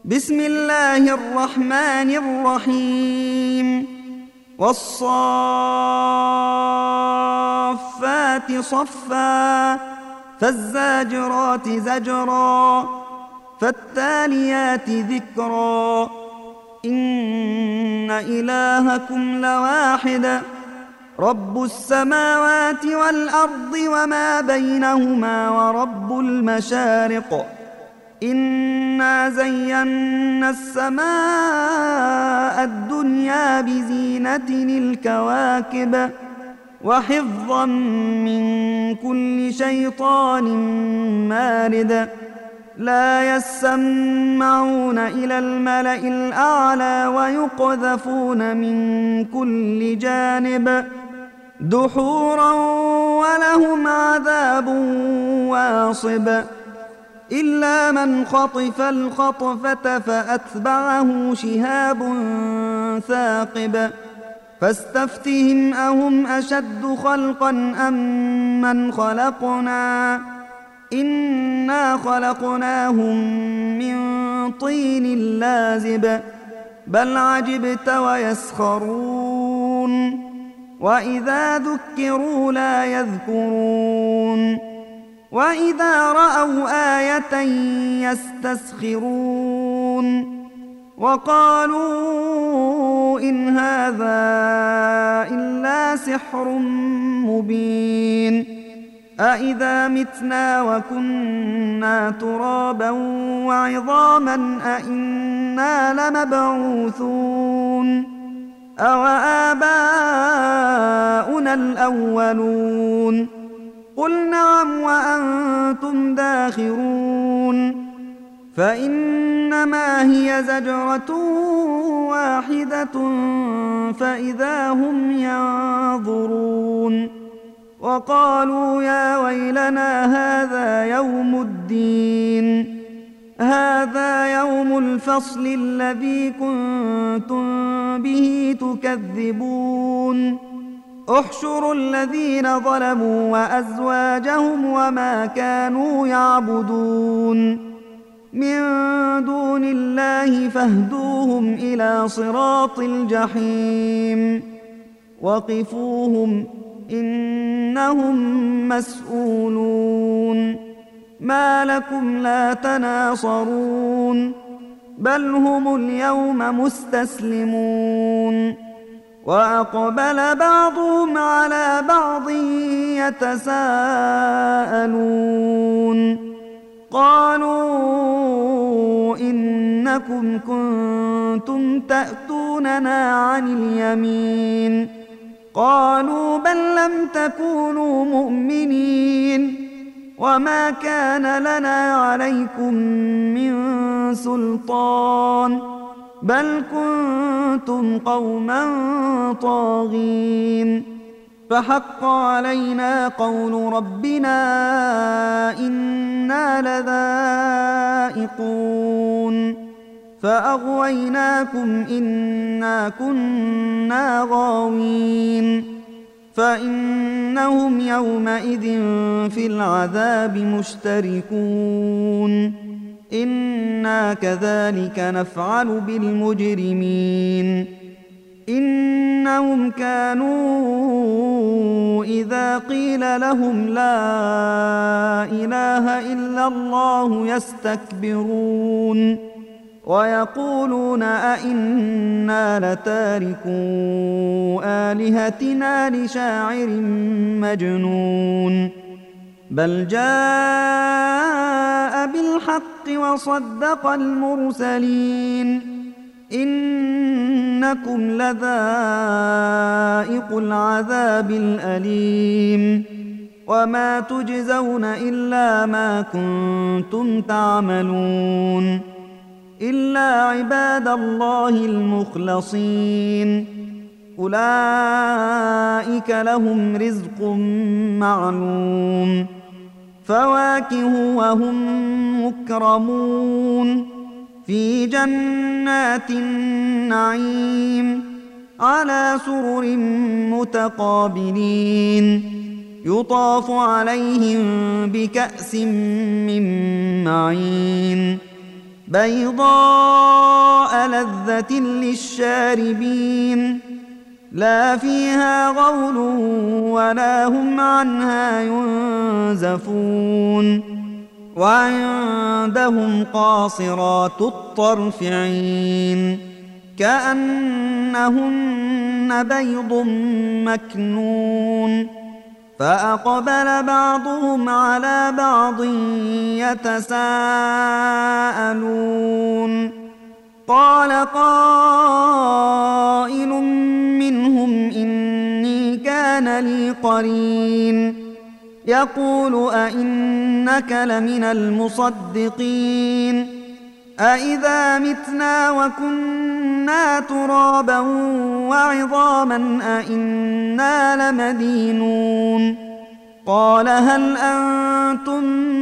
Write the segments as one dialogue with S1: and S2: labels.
S1: بسم الله الرحمن الرحيم والصافات صفا فالزاجرات زجرا فالتاليات ذكرا إن إلهكم لواحد رب السماوات والأرض وما بينهما ورب المشارق إنا زينا السماء الدنيا بزينة الكواكب وحفظا من كل شيطان مارد لا يسمعون إلى الملأ الأعلى ويقذفون من كل جانب دحورا ولهم عذاب واصب إلا من خطف الخطفة فأتبعه شهاب ثاقب فاستفتهم أهم أشد خلقا أم من خلقنا إنا خلقناهم من طين لازب بل عجبت ويسخرون وإذا ذكروا لا يذكرون وإذا رأوا آية يستسخرون وقالوا إن هذا إلا سحر مبين أإذا متنا وكنا ترابا وعظاما أإنا لمبعوثون أوآباؤنا الأولون قل نعم وأنتم داخرون فإنما هي زجرة واحدة فإذا هم ينظرون وقالوا يا ويلنا هذا يوم الدين هذا يوم الفصل الذي كنتم به تكذبون احشروا الذين ظلموا وأزواجهم وما كانوا يعبدون من دون الله فاهدوهم إلى صراط الجحيم وقفوهم إنهم مسؤولون ما لكم لا تناصرون بل هم اليوم مستسلمون وأقبل بعضهم على بعض يتساءلون قالوا إنكم كنتم تأتوننا عن اليمين قالوا بل لم تكونوا مؤمنين وما كان لنا عليكم من سلطان بل كنتم قوما طاغين فحق علينا قول ربنا إنا لذائقون فأغويناكم إنا كنا غاوين فإنهم يومئذ في العذاب مشتركون إنا كذلك نفعل بالمجرمين إنهم كانوا إذا قيل لهم لا إله إلا الله يستكبرون ويقولون أئنا لتاركو آلهتنا لشاعر مجنون بل جاء بالحق وصدق المرسلين إنكم لذائق العذاب الأليم وما تجزون إلا ما كنتم تعملون إلا عباد الله المخلصين أولئك لهم رزق معلوم فواكه وهم مكرمون في جنات النعيم على سرر متقابلين يطاف عليهم بكأس من معين بيضاء لذة للشاربين لا فيها غول ولا هم عنها ينزفون وعندهم قاصرات الطرف عين كأنهن بيض مكنون فأقبل بعضهم على بعض يتساءلون قال قائل منهم إني كان لي قرين يقول أئنك لمن المصدقين أئذا متنا وكنا ترابا وعظاما أئنا لمدينون قال هل أنتم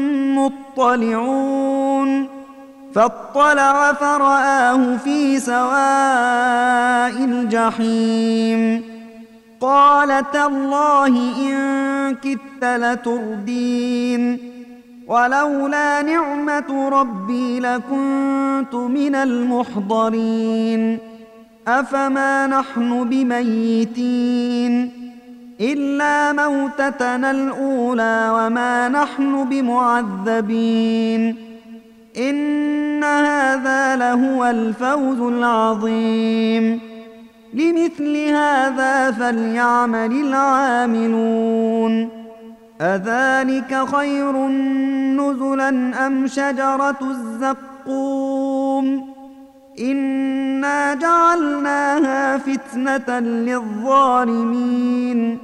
S1: مطلعون فاطلع فرآه في سواء الجحيم قال تالله إن كدت لتردين ولولا نعمة ربي لكنت من المحضرين أفما نحن بميتين إلا موتتنا الأولى وما نحن بمعذبين إن هذا لهو الفوز العظيم لمثل هذا فليعمل العاملون أذلك خير نزلا أم شجرة الزقوم إنا جعلناها فتنة للظالمين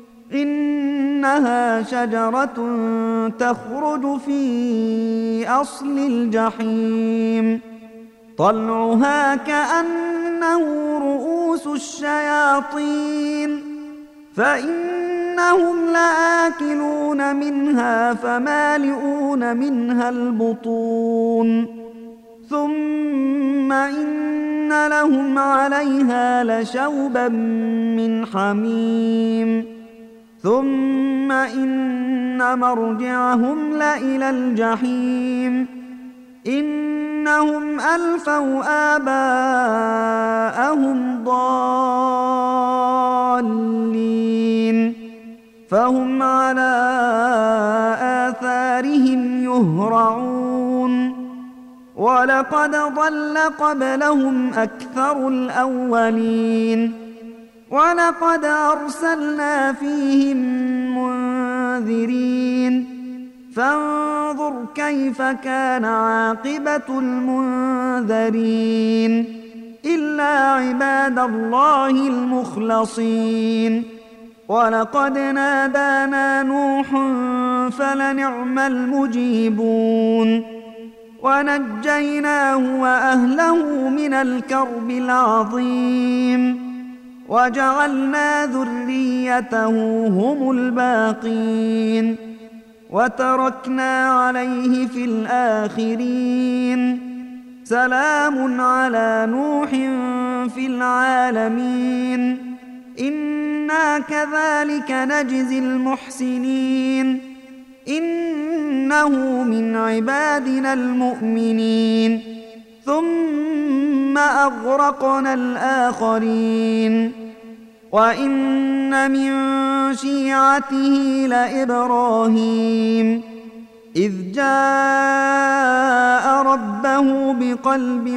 S1: إنها شجرة تخرج في أصل الجحيم طلعها كأنه رؤوس الشياطين فإنهم لآكلون منها فمالئون منها البطون ثم إن لهم عليها لشوبا من حميم ثم إن مرجعهم لإلى الجحيم إنهم ألفوا آباءهم ضالين فهم على آثارهم يهرعون ولقد ضل قبلهم أكثر الأولين ولقد أرسلنا فيهم منذرين فانظر كيف كان عاقبة المنذرين إلا عباد الله المخلصين ولقد نادانا نوح فلنعم المجيبون ونجيناه وأهله من الكرب العظيم وجعلنا ذريته هم الباقين وتركنا عليه في الآخرين سلام على نوح في العالمين إنا كذلك نجزي المحسنين إنه من عبادنا المؤمنين ثم أغرقنا الآخرين وإن من شيعته لإبراهيم إذ جاء ربه بقلب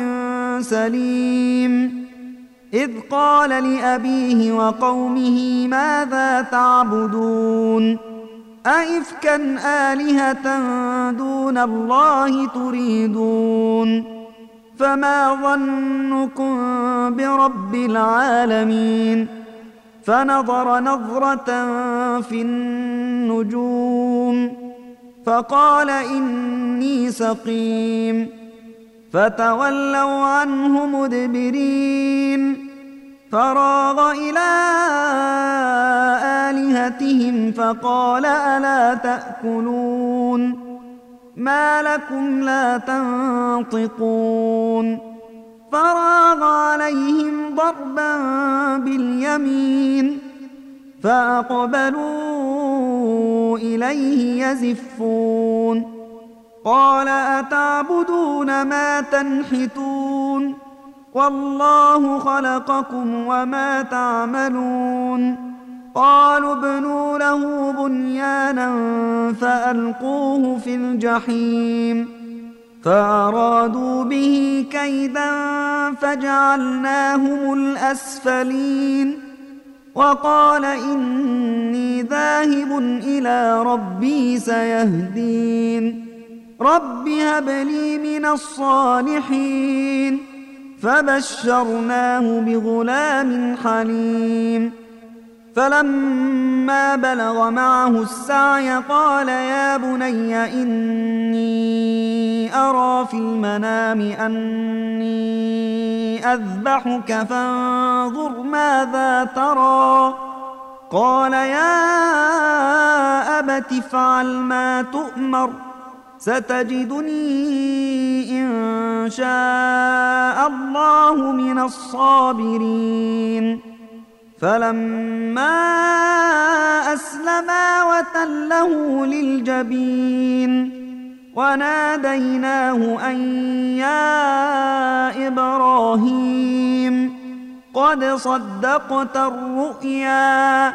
S1: سليم إذ قال لأبيه وقومه ماذا تعبدون أئفكا آلهة دون الله تريدون فما ظنكم برب العالمين فنظر نظرة في النجوم فقال إني سقيم فتولوا عنه مدبرين فراغ إلى آلهتهم فقال ألا تأكلون ما لكم لا تنطقون فراغ عليهم ضربا باليمين فأقبلوا إليه يزفون قال أتعبدون ما تنحتون والله خلقكم وما تعملون قالوا ابنوا له بنيانا فألقوه في الجحيم فأرادوا به كيدا فجعلناهم الأسفلين وقال إني ذاهب إلى ربي سيهدين رب هب لي من الصالحين فبشرناه بغلام حليم فلما بلغ معه السعي قال يا بني إني أرى في المنام أني أذبحك فانظر ماذا ترى قال يا أبت افعل ما تؤمر ستجدني إن شاء الله من الصابرين فلما أسلما وتله للجبين وناديناه أن يا إبراهيم قد صدقت الرؤيا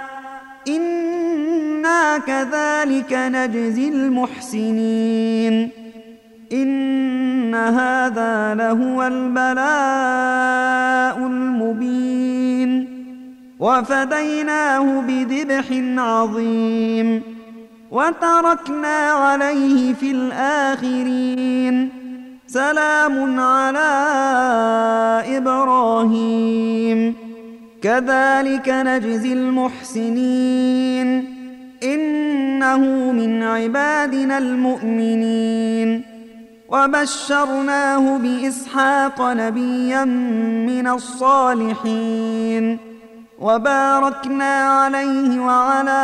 S1: إنا كذلك نجزي المحسنين إن هذا لهو البلاء المبين وفديناه بذبح عظيم وتركنا عليه في الآخرين سلام على إبراهيم كذلك نجزي المحسنين إنه من عبادنا المؤمنين وبشرناه بإسحاق نبيا من الصالحين وباركنا عليه وعلى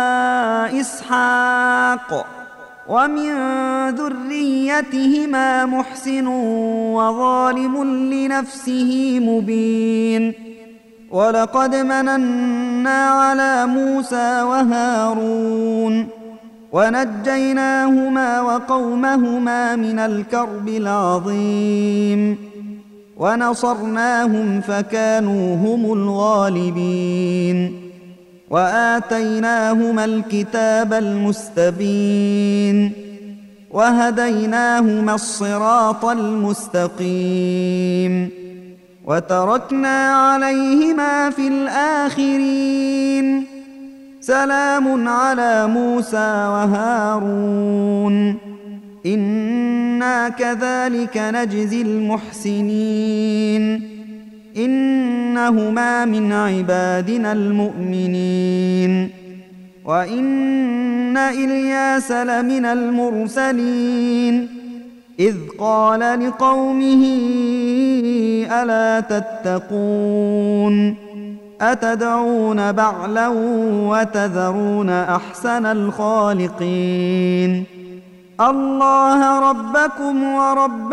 S1: إسحاق ومن ذريتهما محسن وظالم لنفسه مبين ولقد مننا على موسى وهارون ونجيناهما وقومهما من الكرب العظيم ونصرناهم فكانوا هم الغالبين وآتيناهما الكتاب المستبين وهديناهما الصراط المستقيم وتركنا عليهما في الآخرين سلام على موسى وهارون إنا كذلك نجزي المحسنين إنهما من عبادنا المؤمنين وإن إلياس لمن المرسلين إذ قال لقومه ألا تتقون أتدعون بعلا وتذرون أحسن الخالقين الله ربكم ورب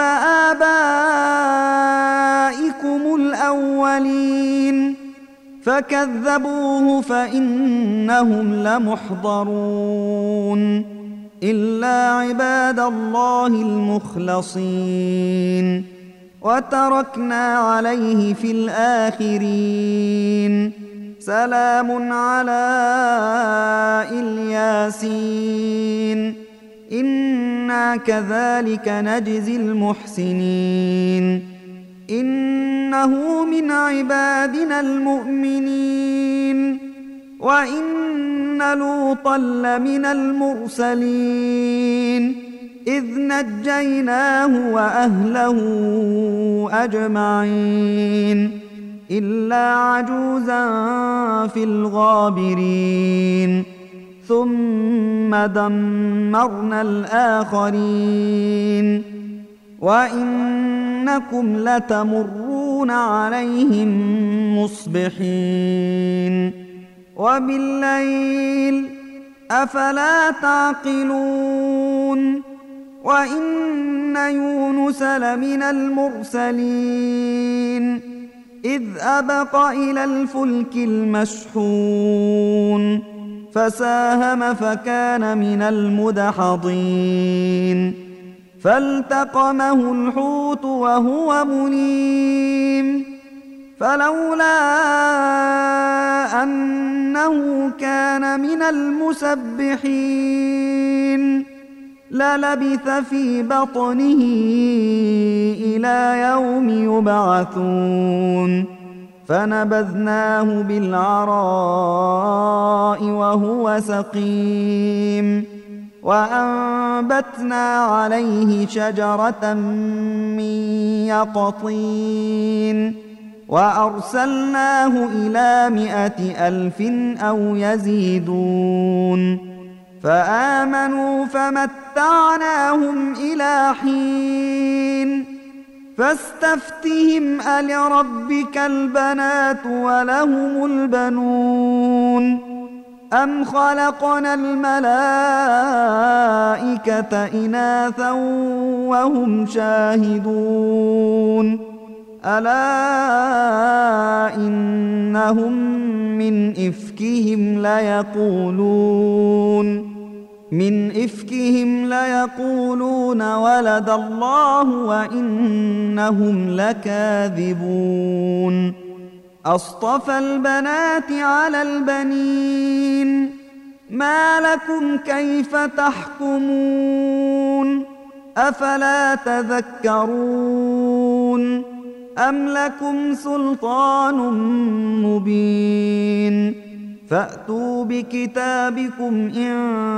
S1: آبائكم الأولين فكذبوه فإنهم لمحضرون إلا عباد الله المخلصين وتركنا عليه في الآخرين سلام على الياسين إنا كذلك نجزي المحسنين إنه من عبادنا المؤمنين وإن لوطا لمن المرسلين إذ نجيناه وأهله أجمعين إلا عجوزا في الغابرين ثم دمرنا الآخرين وإنكم لتمرون عليهم مصبحين وبالليل أفلا تعقلون وإن يونس لمن المرسلين إذ أبق إلى الفلك المشحون فساهم فكان من المدحضين فالتقمه الحوت وهو مليم فلولا أنه كان من المسبحين للبث في بطنه إلى يوم يبعثون فنبذناه بالعراء وهو سقيم وأنبتنا عليه شجرة من يقطين وأرسلناه إلى 100,000 أو يزيدون فآمنوا فمتعناهم إلى حين فاستفتهم ألربك البنات ولهم البنون أم خلقنا الملائكة إناثا وهم شاهدون ألا إنهم من إفكهم ليقولون ولد الله وإنهم لكاذبون أصطفى البنات على البنين ما لكم كيف تحكمون أفلا تذكرون أم لكم سلطان مبين فأتوا بكتابكم إن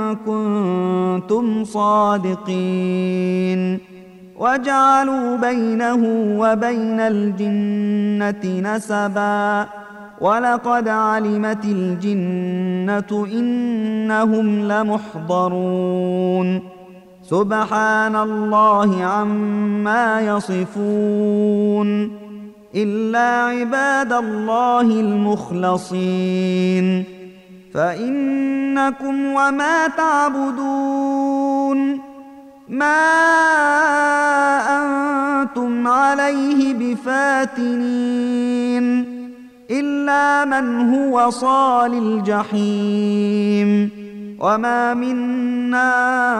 S1: كنتم صادقين وجعلوا بينه وبين الجنة نسبا ولقد علمت الجنة إنهم لمحضرون سبحان الله عما يصفون إلا عباد الله المخلصين فإنكم وما تعبدون ما أنتم عليه بفاتنين إلا من هو صال الجحيم وما منا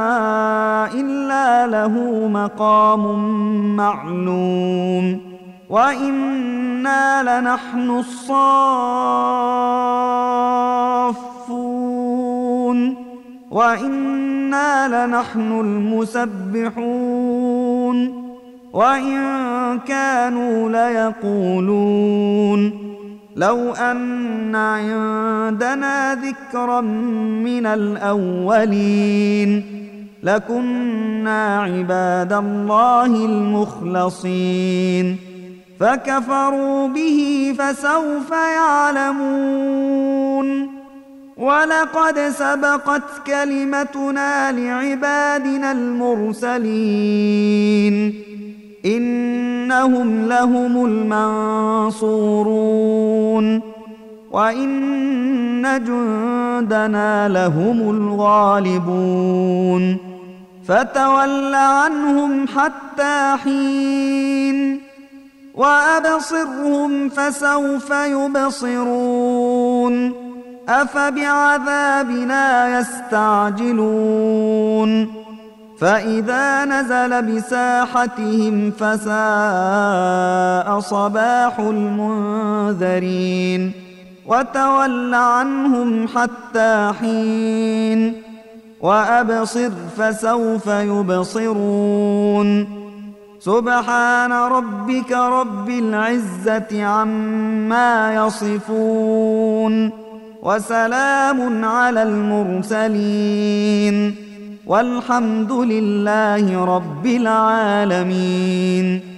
S1: إلا له مقام معلوم وإنا لنحن الصافون وإنا لنحن المسبحون وإن كانوا ليقولون لو أن عندنا ذكرا من الأولين لكنا عباد الله المخلصين فكفروا به فسوف يعلمون ولقد سبقت كلمتنا لعبادنا المرسلين إنهم لهم المنصورون وإن جندنا لهم الغالبون فتول عنهم حتى حين وأبصرهم فسوف يبصرون أفبعذابنا يستعجلون فإذا نزل بساحتهم فساء صباح المنذرين وتول عنهم حتى حين وأبصر فسوف يبصرون سبحان ربك رب العزة عما يصفون وسلام على المرسلين والحمد لله رب العالمين.